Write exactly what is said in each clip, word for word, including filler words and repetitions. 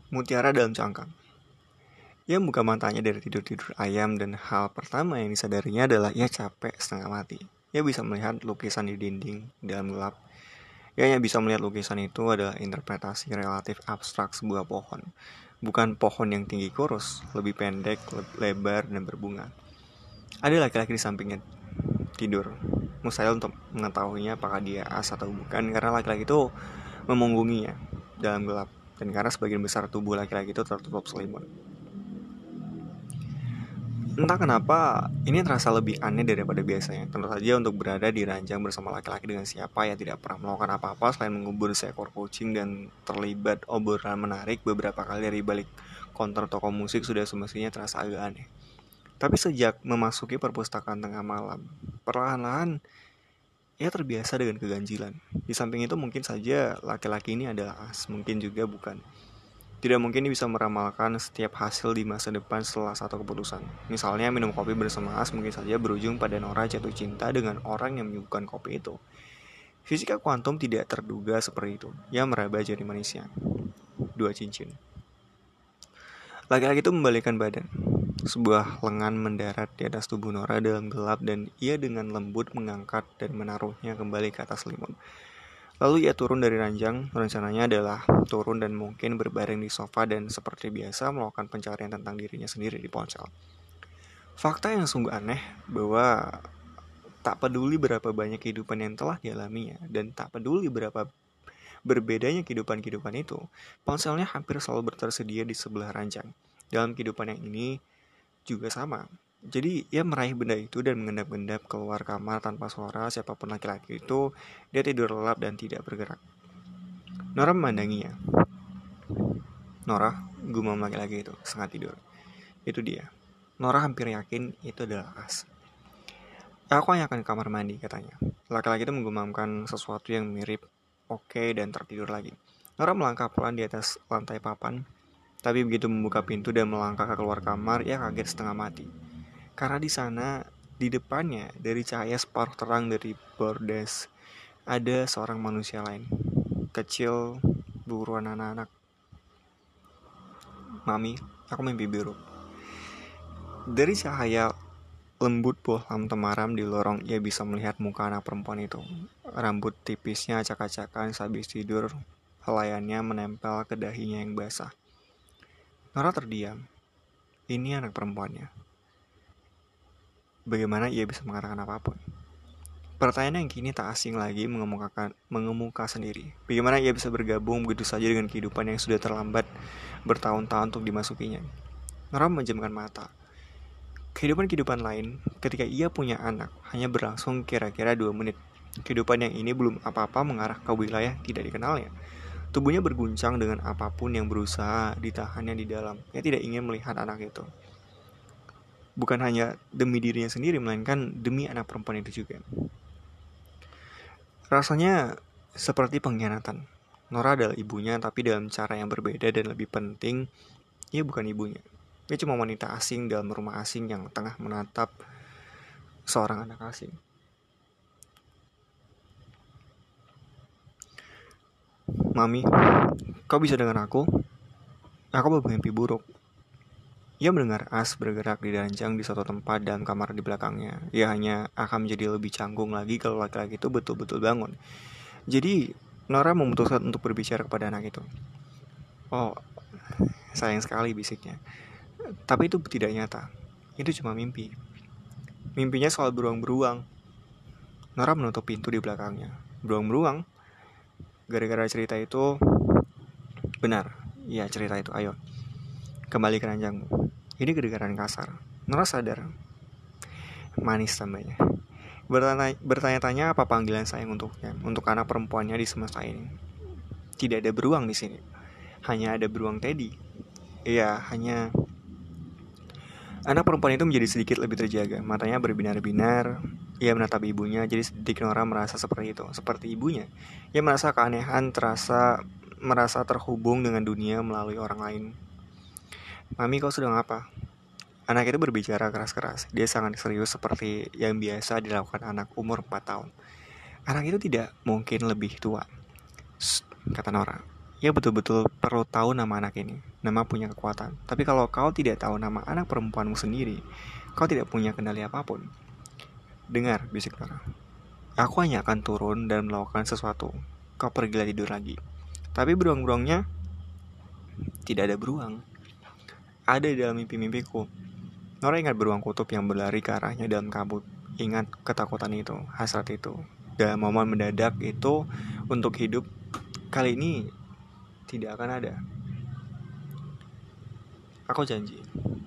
Mutiara dalam cangkang. Ia membuka matanya dari tidur-tidur ayam dan hal pertama yang disadarinya adalah ia capek setengah mati. Ia bisa melihat lukisan di dinding dalam gelap. Ia hanya bisa melihat lukisan itu adalah interpretasi relatif abstrak sebuah pohon. Bukan pohon yang tinggi kurus, lebih pendek, lebar, dan berbunga. Ada laki-laki di sampingnya tidur. Mustahil untuk mengetahuinya apakah dia as atau bukan, karena laki-laki itu memunggunginya dalam gelap. Dan karena sebagian besar tubuh laki-laki itu tertutup selimut. Entah kenapa, ini terasa lebih aneh daripada biasanya. Tentu saja untuk berada di ranjang bersama laki-laki dengan siapa yang tidak pernah melakukan apa-apa selain mengubur seekor kucing dan terlibat obrolan menarik beberapa kali dari balik konter toko musik sudah semestinya terasa agak aneh. Tapi sejak memasuki perpustakaan tengah malam, perlahan-lahan ia terbiasa dengan keganjilan. Di samping itu mungkin saja laki-laki ini adalah as, mungkin juga bukan. Tidak mungkin bisa meramalkan setiap hasil di masa depan setelah satu keputusan. Misalnya minum kopi bersama as mungkin saja berujung pada Nora jatuh cinta dengan orang yang menyuguhkan kopi itu. Fisika kuantum tidak terduga seperti itu. Ia meraba jari manisnya. Dua cincin. Laki-laki itu membalikkan badan. Sebuah lengan mendarat di atas tubuh Nora dalam gelap dan ia dengan lembut mengangkat dan menaruhnya kembali ke atas selimut. Lalu ia turun dari ranjang, rencananya adalah turun dan mungkin berbaring di sofa dan seperti biasa melakukan pencarian tentang dirinya sendiri di ponsel. Fakta yang sungguh aneh bahwa tak peduli berapa banyak kehidupan yang telah dialaminya dan tak peduli berapa berbedanya kehidupan-kehidupan itu, ponselnya hampir selalu bertersedia di sebelah ranjang. Dalam kehidupan yang ini juga sama. Jadi ia meraih benda itu dan mengendap-endap keluar kamar tanpa suara siapapun laki-laki itu. Dia tidur lelap dan tidak bergerak. Nora memandanginya. Nora, gumam laki-laki itu, setengah tidur. Itu dia. Nora hampir yakin itu adalah as. Aku hanya akan ke kamar mandi, katanya. Laki-laki itu menggumamkan sesuatu yang mirip oke dan tertidur lagi. Nora melangkah pelan di atas lantai papan. Tapi begitu membuka pintu dan melangkah ke keluar kamar, ia kaget setengah mati. Karena di sana, di depannya, dari cahaya separuh terang dari bordes, ada seorang manusia lain. Kecil, buruan anak-anak. Mami, aku mimpi buruk. Dari cahaya lembut bohlam temaram di lorong, ia bisa melihat muka anak perempuan itu. Rambut tipisnya acak-acakan sehabis tidur, helaiannya menempel ke dahinya yang basah. Nora terdiam. Ini anak perempuannya. Bagaimana ia bisa mengatakan apapun? Pertanyaan yang kini tak asing lagi mengemukakan, mengemuka sendiri. Bagaimana ia bisa bergabung begitu saja dengan kehidupan yang sudah terlambat bertahun-tahun untuk dimasukinya? Nora menjamkan mata. Kehidupan-kehidupan lain, ketika ia punya anak, hanya berlangsung kira-kira dua menit. Kehidupan yang ini belum apa-apa mengarah ke wilayah tidak dikenalnya. Tubuhnya berguncang dengan apapun yang berusaha ditahannya di dalam. Ia tidak ingin melihat anak itu. Bukan hanya demi dirinya sendiri, melainkan demi anak perempuan itu juga. Rasanya seperti pengkhianatan. Nora adalah ibunya, tapi dalam cara yang berbeda dan lebih penting, ia bukan ibunya. Ia cuma wanita asing dalam rumah asing yang tengah menatap seorang anak asing. Mami, kau bisa dengar aku? Aku bermimpi buruk. Ia mendengar as bergerak di ranjang di suatu tempat dalam kamar di belakangnya. Ia hanya akan menjadi lebih canggung lagi kalau laki-laki itu betul-betul bangun. Jadi, Nora memutuskan untuk berbicara kepada anak itu. Oh, sayang sekali, bisiknya. Tapi itu tidak nyata. Itu cuma mimpi. Mimpinya soal beruang-beruang. Nora menutup pintu di belakangnya. Beruang-beruang? Gara-gara cerita itu... Benar, iya cerita itu, ayo. Kembali ke ranjangmu. Ini kedengaran kasar. Nora sadar. Manis tambahnya. Bertanya, bertanya-tanya apa panggilan sayang untuknya, untuk anak perempuannya di semesta ini. Tidak ada beruang di sini. Hanya ada beruang Teddy. Iya, hanya... Anak perempuan itu menjadi sedikit lebih terjaga. Matanya berbinar-binar. Ia menatap ibunya. Jadi sedikit Nora merasa seperti itu, seperti ibunya. Ia merasa keanehan, terasa merasa terhubung dengan dunia melalui orang lain. Mami, kau sedang apa? Anak itu berbicara keras-keras. Dia sangat serius seperti yang biasa dilakukan anak umur empat tahun. Anak itu tidak mungkin lebih tua. Shh, kata Nora. ia betul-betul perlu tahu nama anak ini. Nama punya kekuatan. Tapi kalau kau tidak tahu nama anak perempuanmu sendiri, kau tidak punya kendali apapun. Dengar, bisik Nora. Aku hanya akan turun dan melakukan sesuatu. Kau pergilah tidur lagi. Tapi beruang-beruangnya tidak ada beruang. Ada di dalam mimpi-mimpiku. Nora ingat beruang kutub yang berlari ke arahnya dalam kabut. Ingat ketakutan itu, hasrat itu. Dalam momen mendadak itu untuk hidup kali ini tidak akan ada. Aku janji.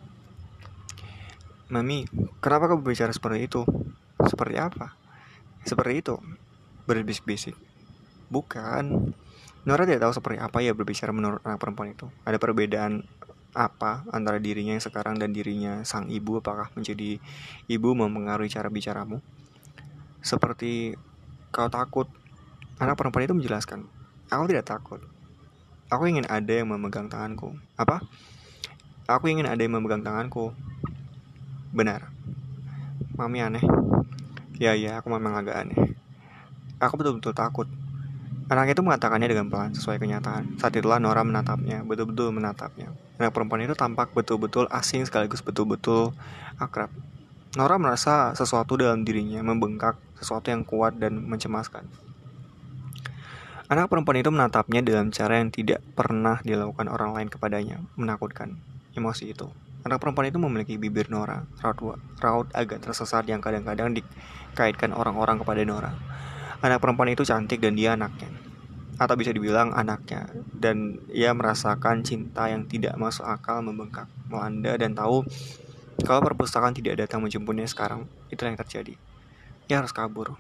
Mami, kenapa kau berbicara seperti itu? Seperti apa? Seperti itu. Berbisik-bisik. Bukan. Nora tidak tahu seperti apa ya berbicara menurut anak perempuan itu. Ada perbedaan apa antara dirinya yang sekarang dan dirinya sang ibu? Apakah menjadi ibu mempengaruhi cara bicaramu? Seperti kau takut. Anak perempuan itu menjelaskan. Aku tidak takut. Aku ingin ada yang memegang tanganku. Apa? Aku ingin ada yang memegang tanganku. Benar. Mami aneh. Ya ya, aku memang agak aneh. Aku betul-betul takut. Anak itu mengatakannya dengan pelan sesuai kenyataan. Saat itulah Nora menatapnya, betul-betul menatapnya. Anak perempuan itu tampak betul-betul asing sekaligus betul-betul akrab. Nora merasa sesuatu dalam dirinya membengkak, sesuatu yang kuat dan mencemaskan. Anak perempuan itu menatapnya dalam cara yang tidak pernah dilakukan orang lain kepadanya, menakutkan. Emosi itu. Anak perempuan itu memiliki bibir Nora, raut, raut agak tersesat yang kadang-kadang dikaitkan orang-orang kepada Nora. Anak perempuan itu cantik dan dia anaknya, atau bisa dibilang anaknya, dan ia merasakan cinta yang tidak masuk akal membengkak, melanda dan tahu kalau perpustakaan tidak datang menjemputnya sekarang. Itulah yang terjadi. Ia harus kabur.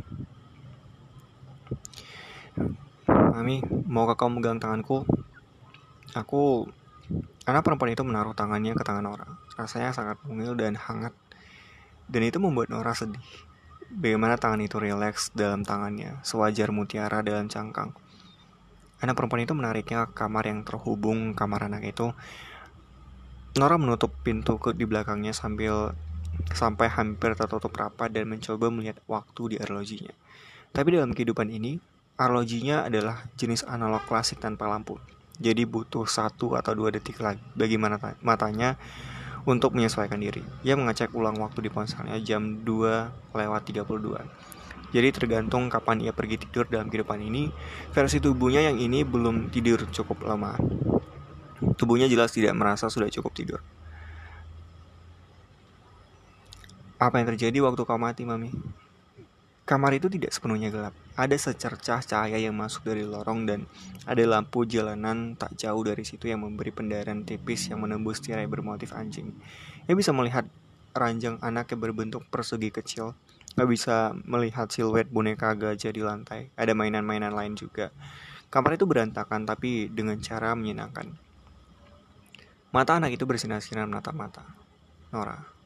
Mami, maukah kau megang tanganku? Aku... Anak perempuan itu menaruh tangannya ke tangan Nora. Rasanya sangat mungil dan hangat, dan itu membuat Nora sedih. Bagaimana tangan itu rileks dalam tangannya, sewajar mutiara dalam cangkang. Anak perempuan itu menariknya ke kamar yang terhubung kamar anak itu. Nora menutup pintu ke di belakangnya sambil sampai hampir tertutup rapat dan mencoba melihat waktu di arlojinya. Tapi dalam kehidupan ini, arlojinya adalah jenis analog klasik tanpa lampu. Jadi butuh satu atau dua detik lagi bagi matanya untuk menyesuaikan diri. Ia mengecek ulang waktu di ponselnya jam dua lewat tiga puluh dua. Jadi tergantung kapan ia pergi tidur dalam kehidupan ini, versi tubuhnya yang ini belum tidur cukup lama. Tubuhnya jelas tidak merasa sudah cukup tidur. Apa yang terjadi waktu kau mati, Mami? Kamar itu tidak sepenuhnya gelap. Ada secercah cahaya yang masuk dari lorong dan ada lampu jalanan tak jauh dari situ yang memberi pendaran tipis yang menembus tirai bermotif anjing. Ia bisa melihat ranjang anak yang berbentuk persegi kecil. Gak bisa melihat siluet boneka gajah di lantai. Ada mainan-mainan lain juga. Kamar itu berantakan tapi dengan cara menyenangkan. Mata anak itu bersinar-sinar menatap mata Nora.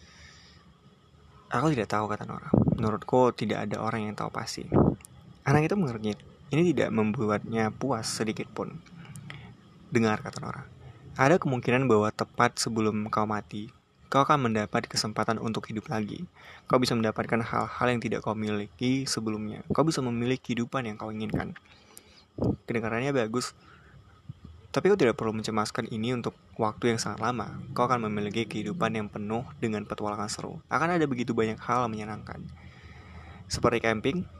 Aku tidak tahu, kata Nora. Menurutku tidak ada orang yang tahu pasti. Anak itu mengernyit. Ini tidak membuatnya puas sedikit pun. Dengar, kata Nora. Ada kemungkinan bahwa tepat sebelum kau mati, kau akan mendapat kesempatan untuk hidup lagi. Kau bisa mendapatkan hal-hal yang tidak kau miliki sebelumnya. Kau bisa memiliki kehidupan yang kau inginkan. Kedengarannya bagus. Tapi kau tidak perlu mencemaskan ini untuk waktu yang sangat lama. Kau akan memiliki kehidupan yang penuh dengan petualangan seru. Akan ada begitu banyak hal menyenangkan. Seperti camping.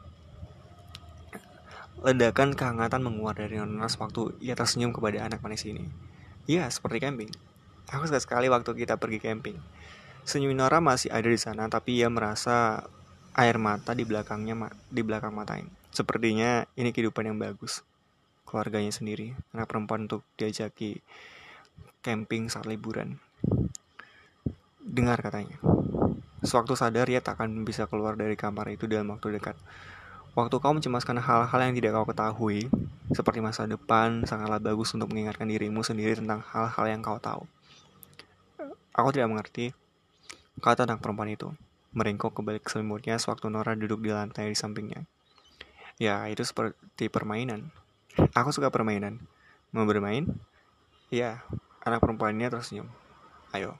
Ledakan kehangatan menguat dari Nora waktu ia tersenyum kepada anak manis ini. Iya, seperti camping. Aku suka sekali waktu kita pergi camping. Senyum Nora masih ada di sana, tapi ia merasa air mata di belakangnya, di belakang matanya. Sepertinya ini kehidupan yang bagus. Keluarganya sendiri, anak perempuan untuk diajaki camping saat liburan. Dengar, katanya. Sewaktu sadar, ia tak akan bisa keluar dari kamar itu dalam waktu dekat. Waktu kau mencemaskan hal-hal yang tidak kau ketahui, seperti masa depan, sangatlah bagus untuk mengingatkan dirimu sendiri tentang hal-hal yang kau tahu. Aku tidak mengerti, kata anak perempuan itu, meringkuk ke balik selimutnya sewaktu Nora duduk di lantai di sampingnya. Ya, itu seperti permainan. Aku suka permainan. Mau bermain? Ya, anak perempuannya tersenyum. Ayo.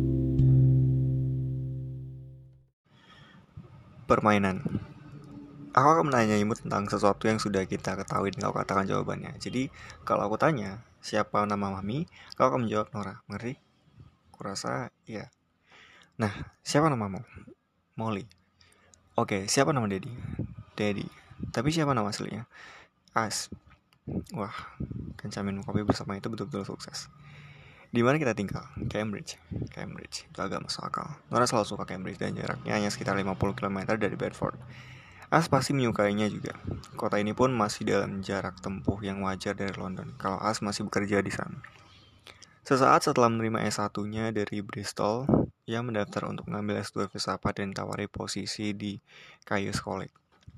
Permainan. Aku akan menanyaimu tentang sesuatu yang sudah kita ketahui dan kau katakan jawabannya. Jadi kalau aku tanya siapa nama Mami, kau akan menjawab Nora. Mengerti? Kurasa iya. Nah, siapa namamu? Molly. Oke, siapa nama Daddy? Daddy. Tapi siapa nama aslinya? As. Wah, kencan minum kopi bersama itu betul-betul sukses. Di mana kita tinggal? Cambridge. Cambridge. Itu agak masuk akal. Nora selalu suka Cambridge dan jaraknya hanya sekitar lima puluh kilometer dari Bedford. As pasti menyukainya juga. Kota ini pun masih dalam jarak tempuh yang wajar dari London kalau As masih bekerja di sana. Sesaat setelah menerima S satu-nya dari Bristol, ia mendaftar untuk mengambil S dua filsafat dan ditawari posisi di Caius College.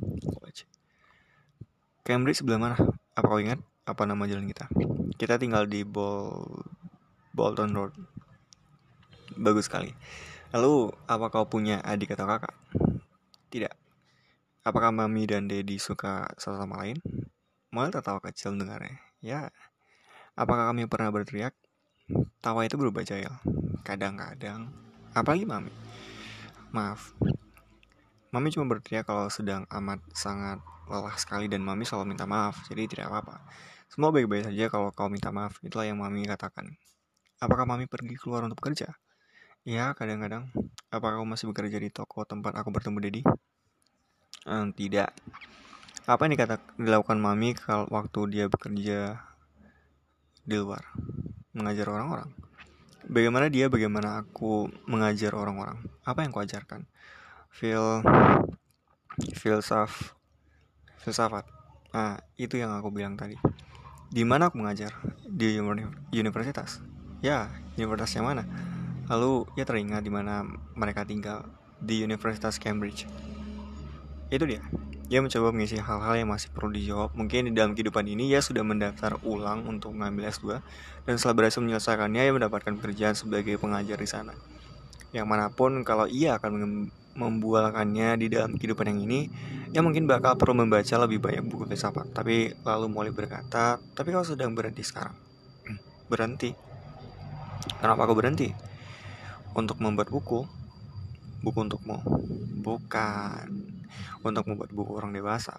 Cambridge sebelah mana? Apa kau ingat? Apa nama jalan kita? Kita tinggal di Bol Bolton Road. Bagus sekali. Lalu, apa kau punya adik atau kakak? Tidak. Apakah Mami dan Daddy suka satu sama lain? Mulai tertawa kecil dengarnya. Ya. Apakah kami pernah berteriak? Tawa itu berubah jahil. Kadang-kadang. Apalagi Mami. Maaf. Mami cuma berteriak kalau sedang amat sangat lelah sekali dan Mami selalu minta maaf. Jadi tidak apa-apa. Semua baik-baik saja kalau kau minta maaf. Itulah yang Mami katakan. Apakah Mami pergi keluar untuk bekerja? Ya, kadang-kadang. Apakah kau masih bekerja di toko tempat aku bertemu Daddy? Hmm, tidak. Apa yang dikata, dilakukan Mami kalau waktu dia bekerja di luar? Mengajar orang-orang. Bagaimana dia, bagaimana aku mengajar orang-orang? Apa yang kau ajarkan? Fil... Filsaf... Filsafat. Nah, itu yang aku bilang tadi. Di mana aku mengajar? Di universitas. Ya, universitas yang mana? Lalu, ia teringat di mana mereka tinggal. Di Universitas Cambridge. Itu dia. Ia mencoba mengisi hal-hal yang masih perlu dijawab. Mungkin di dalam kehidupan ini ia sudah mendaftar ulang untuk mengambil S dua. Dan setelah berhasil menyelesaikannya, ia mendapatkan pekerjaan sebagai pengajar di sana. Yang manapun kalau ia akan membualkannya di dalam kehidupan yang ini, ia mungkin bakal perlu membaca lebih banyak buku filsafat. Tapi lalu Molly berkata, tapi kau sedang berhenti sekarang. Berhenti? Kenapa aku berhenti? Untuk membuat buku. Buku untukmu. Bukan untuk membuat buku orang dewasa.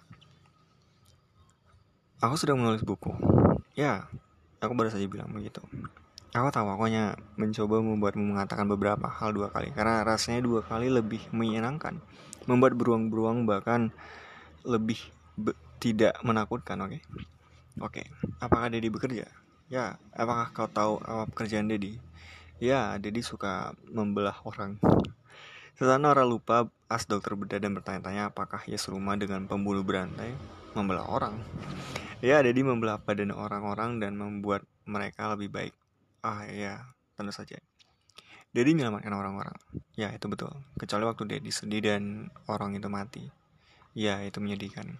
Aku sedang menulis buku. Ya, aku baru saja bilang begitu. Aku tahu aku hanya mencoba membuatmu mengatakan beberapa hal dua kali, karena rasanya dua kali lebih menyenangkan. Membuat beruang-beruang bahkan lebih be- tidak menakutkan, oke? Okay? Oke, okay. Apakah Daddy bekerja? Ya, apakah kau tahu apa pekerjaan Daddy? Ya, Daddy suka membelah orang. Setelah Nora lupa, As dokter bedah dan bertanya-tanya apakah ia serumah dengan pembunuh berantai. Membelah orang. Ya, Daddy membelah badan orang-orang dan membuat mereka lebih baik. Ah ya, tentu saja. Daddy menyelamatkan orang-orang. Ya, itu betul. Kecuali waktu Daddy sedih dan orang itu mati. Ya, itu menyedihkan.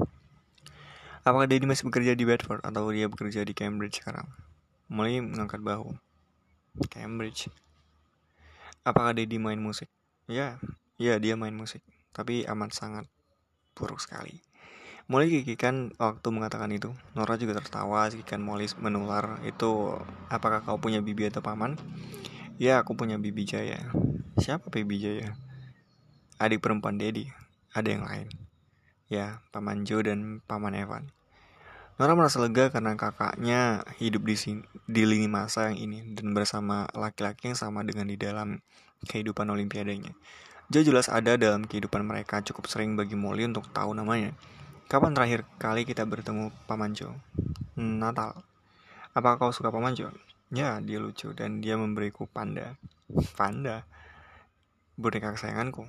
Apakah Daddy masih bekerja di Bedford atau dia bekerja di Cambridge sekarang? Mulai mengangkat bahu. Cambridge. Apakah Daddy main musik? Ya, ya dia main musik. Tapi amat sangat buruk sekali. Molly kikikan waktu mengatakan itu. Nora juga tertawa. Kikikan Molly menular. Itu, apakah kau punya bibi atau paman? Ya, aku punya bibi Jaya. Siapa bibi Jaya? Adik perempuan Daddy. Ada yang lain. Ya, paman Joe dan paman Evan. Nora merasa lega karena kakaknya hidup di sini, di lini masa yang ini dan bersama laki-laki yang sama dengan di dalam kehidupan olimpiadanya. Joe jelas ada dalam kehidupan mereka. Cukup sering bagi Molly untuk tahu namanya. Kapan terakhir kali kita bertemu Paman Joe? Natal. Apakah kau suka Paman Joe? Ya, dia lucu dan dia memberiku panda. Panda? Boneka kesayanganku.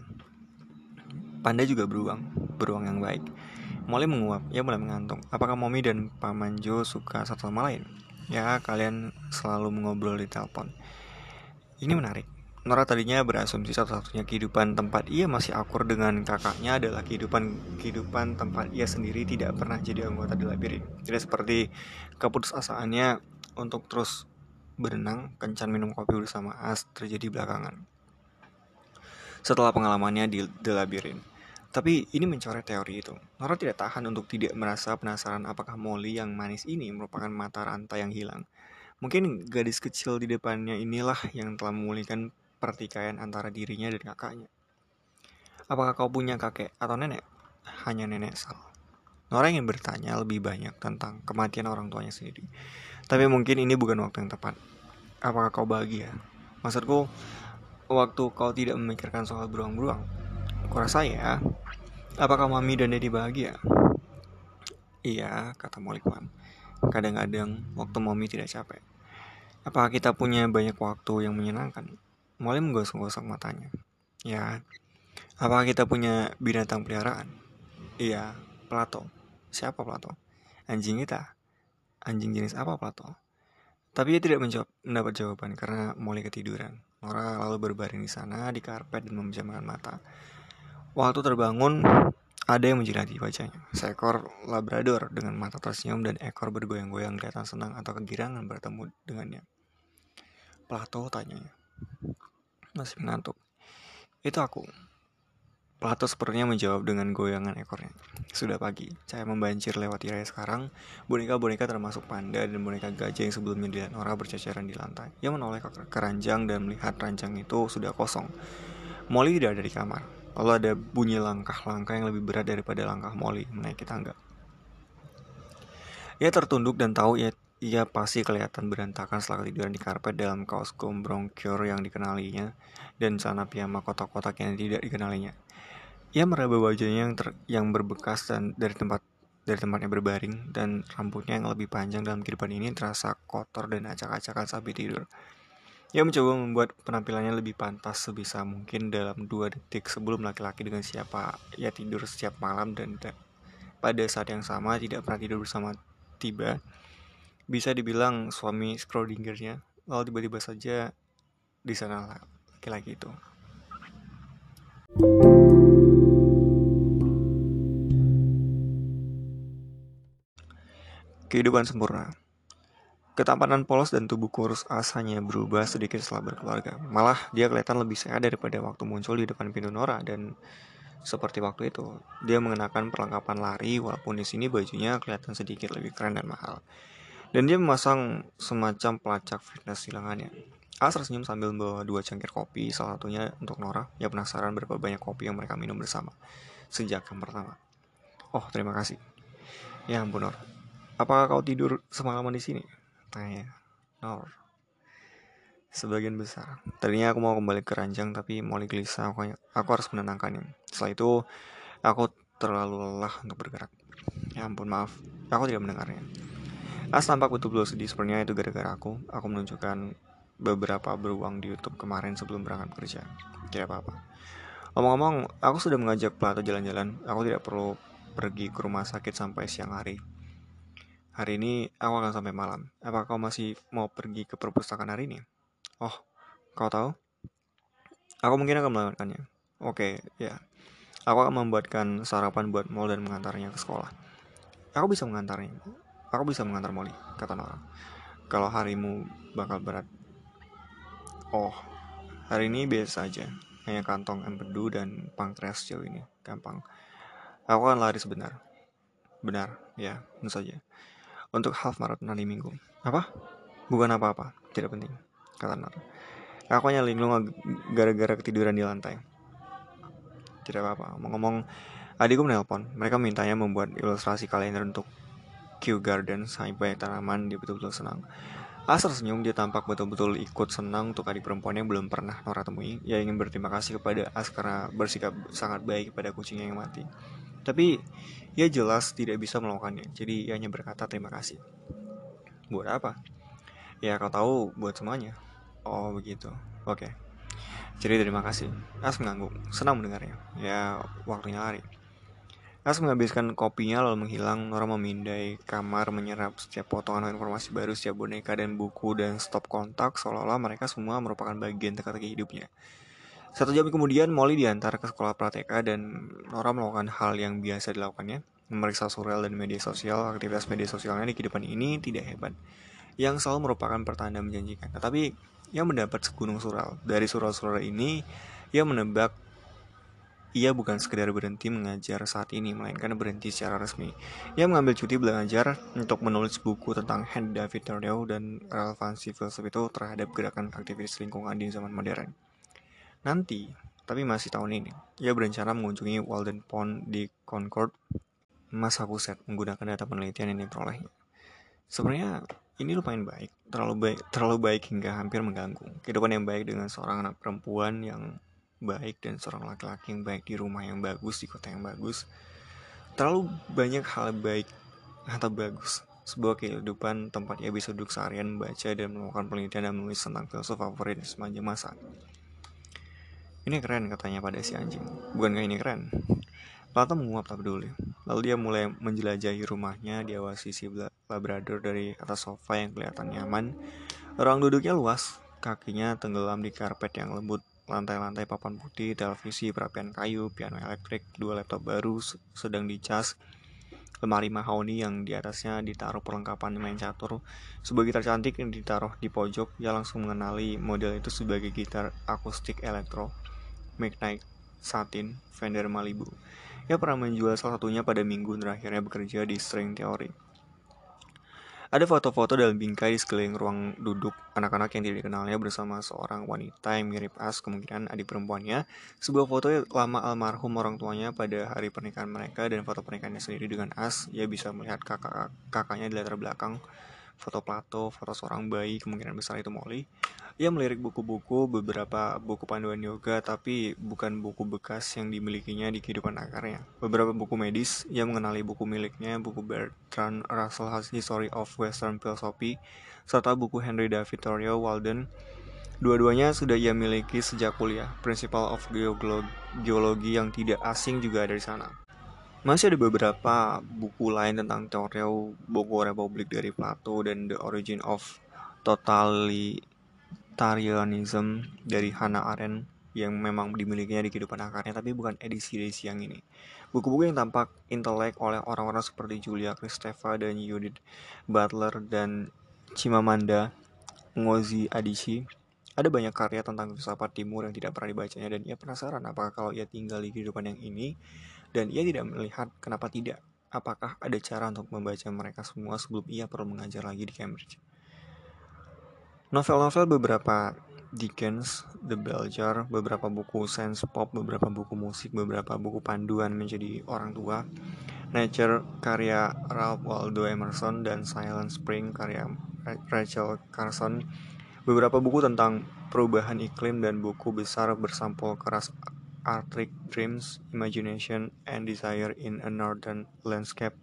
Panda juga beruang. Beruang yang baik. Molly menguap. Ia mulai mengantuk. Apakah Mommy dan Paman Joe suka satu sama lain? Ya, kalian selalu mengobrol di telepon. Ini menarik. Nora tadinya berasumsi satu-satunya kehidupan tempat ia masih akur dengan kakaknya adalah kehidupan kehidupan tempat ia sendiri tidak pernah jadi anggota di labirin. Tidak seperti keputusasaannya untuk terus berenang, kencan minum kopi bersama As terjadi belakangan. Setelah pengalamannya di The Labyrinth. Tapi ini mencoret teori itu. Nora tidak tahan untuk tidak merasa penasaran apakah Molly yang manis ini merupakan mata rantai yang hilang. Mungkin gadis kecil di depannya inilah yang telah memulihkan pertikaian antara dirinya dan kakaknya. Apakah kau punya kakek atau nenek? hanya nenek Sal. Nora ingin bertanya lebih banyak tentang kematian orang tuanya sendiri. Tapi mungkin ini bukan waktu yang tepat. Apakah kau bahagia? Maksudku, waktu kau tidak memikirkan soal beruang-beruang. Kurasa ya, apakah Mami dan Daddy bahagia? Iya, kata Molly Kwan. Kadang-kadang waktu Mami tidak capek. Apakah kita punya banyak waktu yang menyenangkan? Molly menggosok-gosok matanya. Ya, apakah kita punya binatang peliharaan? Iya, Plato. Siapa Plato? Anjing kita. Anjing jenis apa Plato? Tapi dia tidak menjawab, mendapat jawaban karena Molly ketiduran. Nora lalu berbaring di sana di karpet dan memejamkan mata. Waktu terbangun, ada yang menjilati wajahnya. Seekor labrador dengan mata tersenyum dan ekor bergoyang-goyang kelihatan senang atau kegirangan bertemu dengannya. Plato tanyanya. Masih mengantuk. Itu aku. Plato sepertinya menjawab dengan goyangan ekornya. Sudah pagi, cahaya membanjir lewat tirai sekarang. Boneka-boneka termasuk panda dan boneka gajah yang sebelumnya dilihat Nora berceceran di lantai. Ia menoleh ke keranjang dan melihat ranjang itu sudah kosong. Molly tidak ada di kamar. Lalu ada bunyi langkah-langkah yang lebih berat daripada langkah Molly menaiki tangga. Ia tertunduk dan tahu ia, ia pasti kelihatan berantakan setelah ketiduran di karpet dalam kaos gombrong cure yang dikenalinya dan celana piyama kotak-kotak yang tidak dikenalinya. Ia meraba wajahnya yang, ter, yang berbekas dan dari tempat dari tempatnya berbaring dan rambutnya yang lebih panjang dalam kehidupan ini terasa kotor dan acak-acakan saat tidur. Ia mencoba membuat penampilannya lebih pantas sebisa mungkin dalam dua detik sebelum laki-laki dengan siapa ia tidur setiap malam dan da- pada saat yang sama tidak pernah tidur bersama tiba. Bisa dibilang suami Schrodingernya. Lalu tiba-tiba saja di sana laki-laki itu. Kehidupan sempurna. Ketampanan polos dan tubuh kurus As hanya berubah sedikit setelah berkeluarga. Malah dia kelihatan lebih sehat daripada waktu muncul di depan pintu Nora. Dan seperti waktu itu, dia mengenakan perlengkapan lari walaupun di sini bajunya kelihatan sedikit lebih keren dan mahal. Dan dia memasang semacam pelacak fitness di lengannya. As tersenyum sambil membawa dua cangkir kopi, salah satunya untuk Nora. Dia penasaran berapa banyak kopi yang mereka minum bersama sejak yang pertama. Oh, terima kasih. Ya ampun, Nora. Apakah kau tidur semalaman di sini? Tanya Nor. Sebagian besar. Tadinya aku mau kembali ke ranjang, tapi Molly gelisah. Aku, aku harus menenangkannya. Setelah itu, aku terlalu lelah untuk bergerak. Ya ampun, maaf. Aku tidak mendengarnya. As tampak betul-betul sedih. Sepertinya itu gara-gara aku. Aku menunjukkan beberapa beruang di YouTube kemarin sebelum berangkat kerja. Tidak apa-apa. Ngomong-ngomong, aku sudah mengajak Plato jalan-jalan. Aku tidak perlu pergi ke rumah sakit sampai siang hari. Hari ini aku akan sampai malam. Apa kau masih mau pergi ke perpustakaan hari ini? Oh, kau tahu? Aku mungkin akan melakukannya. Oke, ya. Aku akan membuatkan sarapan buat Molly dan mengantarnya ke sekolah. Aku bisa mengantarnya. Aku bisa mengantar Molly, kata Nora. Kalau harimu bakal berat. Oh, hari ini biasa aja. Hanya kantong empedu dan pankreas sejauh ini. Gampang. Aku akan lari sebentar. Benar, ya, tentu saja. Untuk half marathon hari Minggu. Apa? Bukan apa-apa, tidak penting, kata Nora. Aku hanya linglung gara-gara ketiduran di lantai. Tidak apa-apa. Ngomong-ngomong, adikku menelpon. Mereka mintanya membuat ilustrasi kalender untuk Kew Gardens. Sampai banyak tanaman, dia betul-betul senang. As tersenyum, dia tampak betul-betul ikut senang untuk adik perempuan yang belum pernah Nora temui. Ia ingin berterima kasih kepada As karena bersikap sangat baik kepada kucingnya yang mati. Tapi ia jelas tidak bisa melakukannya. Jadi ia hanya berkata terima kasih. Buat apa? Ya kau tahu, buat semuanya. Oh begitu. Oke. Jadi terima kasih. As mengangguk, senang mendengarnya. Ya waktunya lari. As menghabiskan kopinya lalu menghilang. Nora memindai kamar, menyerap setiap potongan informasi baru, setiap boneka dan buku dan stop kontak, seolah-olah mereka semua merupakan bagian teka-teki hidupnya. Satu jam kemudian Molly diantar ke sekolah prateka dan Nora melakukan hal yang biasa dilakukannya, memeriksa surel dan media sosial. Aktivitas media sosialnya di kehidupan ini tidak hebat, yang selalu merupakan pertanda menjanjikan. Tetapi ia mendapat segunung surel. Dari surel-surel ini, ia menebak ia bukan sekedar berhenti mengajar saat ini, melainkan berhenti secara resmi. Ia mengambil cuti belajar untuk menulis buku tentang Henry David Thoreau dan relevansi filsuf itu terhadap gerakan aktivis lingkungan di zaman modern. Nanti, Tapi masih tahun ini, ia berencana mengunjungi Walden Pond di Concord, Massachusetts menggunakan data penelitian yang diperolehnya. Sebenarnya ini lumayan baik, terlalu baik, terlalu baik hingga hampir mengganggu. Kehidupan yang baik dengan seorang anak perempuan yang baik dan seorang laki-laki yang baik di rumah yang bagus, di kota yang bagus. Terlalu banyak hal baik atau bagus. Sebuah kehidupan tempat ia bisa duduk seharian membaca dan melakukan penelitian dan menulis tentang filsuf favorit sepanjang masa. Ini keren, katanya pada si anjing. Bukankah ini keren? Plato menguap tak peduli. Lalu dia mulai menjelajahi rumahnya, diawasi si Labrador dari atas sofa yang kelihatan nyaman. Ruang duduknya luas, kakinya tenggelam di karpet yang lembut, lantai-lantai papan putih, televisi, perapian kayu, piano elektrik, dua laptop baru sedang dicas, lemari mahoni yang di atasnya ditaruh perlengkapan main catur, sebuah gitar cantik yang ditaruh di pojok. Ia langsung mengenali model itu sebagai gitar akustik elektro Midnight Satin Fender Malibu. Ia pernah menjual salah satunya pada minggu terakhirnya bekerja di String Theory. Ada foto-foto dalam bingkai di sekeliling ruang duduk anak-anak yang tidak dikenalnya bersama seorang wanita yang mirip As, kemungkinan adik perempuannya. Sebuah foto lama almarhum orang tuanya pada hari pernikahan mereka dan foto pernikahannya sendiri dengan As. Ia bisa melihat kakak kakaknya di latar belakang. Foto Plato, foto seorang bayi, kemungkinan besar itu Molly. Ia melirik buku-buku, beberapa buku panduan yoga, tapi bukan buku bekas yang dimilikinya di kehidupan akarnya. Beberapa buku medis, ia mengenali buku miliknya, buku Bertrand Russell History of Western Philosophy, serta buku Henry David Thoreau Walden. Dua-duanya sudah ia miliki sejak kuliah. Principle of Geology yang tidak asing juga ada di sana. Masih ada beberapa buku lain tentang Thoreau, buku Republik dari Plato, dan The Origin of Totalitarianism dari Hannah Arendt yang memang dimilikinya di kehidupan akarnya, tapi bukan edisi-edisi yang ini. Buku-buku yang tampak intelek oleh orang-orang seperti Julia Kristeva dan Judith Butler dan Chimamanda Ngozi Adichie. Ada banyak karya tentang filsafat timur yang tidak pernah dibacanya, dan ia penasaran apakah kalau ia tinggal di kehidupan yang ini dan ia tidak melihat kenapa tidak. Apakah ada cara untuk membaca mereka semua sebelum ia perlu mengajar lagi di Cambridge? Novel-novel beberapa Dickens, The Bell Jar, beberapa buku sense pop, beberapa buku musik, beberapa buku panduan menjadi orang tua, Nature karya Ralph Waldo Emerson, dan Silent Spring karya Rachel Carson, beberapa buku tentang perubahan iklim, dan buku besar bersampul keras Arctic Dreams, Imagination, and Desire in a Northern Landscape.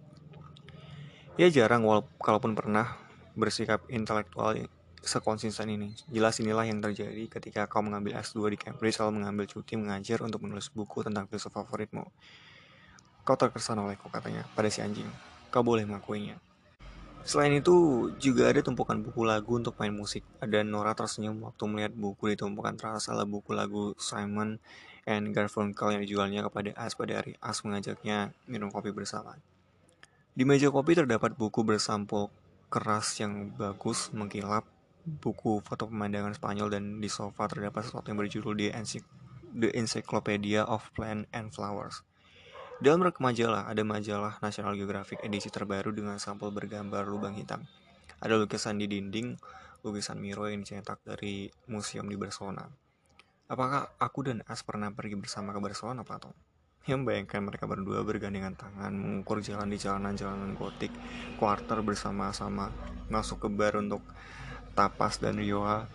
Ia jarang, walaupun kalaupun pernah, bersikap intelektual sekonsisten ini. Jelas inilah yang terjadi ketika kau mengambil S dua di Cambridge lalu mengambil cuti mengajar untuk menulis buku tentang filsuf favoritmu. Kau terkesan olehku, katanya pada si anjing. Kau boleh mengakuinya. Selain itu, juga ada tumpukan buku lagu untuk main musik. Ada Nora tersenyum waktu melihat buku di tumpukan terasa buku lagu Simon and Garfunkel yang dijualnya kepada As pada hari As mengajaknya minum kopi bersama. Di meja kopi terdapat buku bersampul keras yang bagus mengkilap, buku foto pemandangan Spanyol, dan di sofa terdapat sesuatu yang berjudul The, Encyc- The Encyclopedia of Plants and Flowers. Dalam rak majalah ada majalah National Geographic edisi terbaru dengan sampul bergambar lubang hitam. Ada lukisan di dinding, lukisan Miro yang dicetak dari museum di Barcelona. Apakah aku dan As pernah pergi bersama ke Barcelona, Plato? Yang membayangkan mereka berdua bergandengan tangan mengukur jalan di jalanan-jalanan gotik quarter bersama-sama, masuk ke bar untuk tapas dan rioja.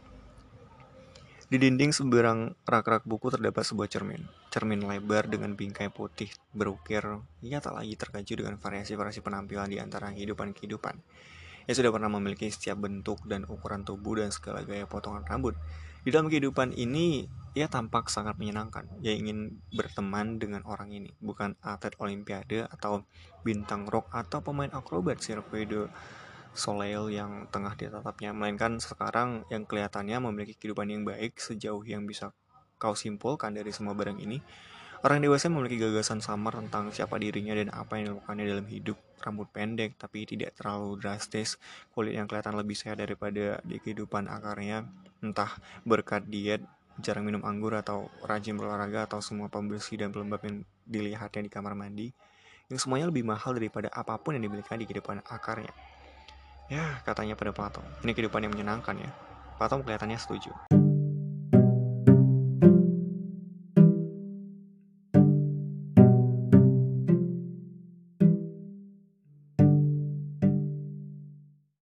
Di dinding seberang rak-rak buku terdapat sebuah cermin. Cermin lebar dengan bingkai putih berukir. Ia tak lagi terkejut dengan variasi-variasi penampilan di antara kehidupan-kehidupan. Ia sudah pernah memiliki setiap bentuk dan ukuran tubuh dan segala gaya potongan rambut. Di dalam kehidupan ini, ia tampak sangat menyenangkan. Ia ingin berteman dengan orang ini, bukan atlet olimpiade atau bintang rock atau pemain akrobat Cirque du Soleil yang tengah ditatapnya, melainkan sekarang yang kelihatannya memiliki kehidupan yang baik sejauh yang bisa kau simpulkan dari semua barang ini. Orang dewasa memiliki gagasan samar tentang siapa dirinya dan apa yang dilakukannya dalam hidup. Rambut pendek tapi tidak terlalu drastis, kulit yang kelihatan lebih sehat daripada di kehidupan akarnya, entah berkat diet, jarang minum anggur, atau rajin berolahraga, atau semua pembersih dan pelembab yang dilihatnya di kamar mandi, yang semuanya lebih mahal daripada apapun yang dimiliki di kehidupan akarnya. Ya, katanya pada Plato, ini kehidupan yang menyenangkan ya. Plato kelihatannya setuju.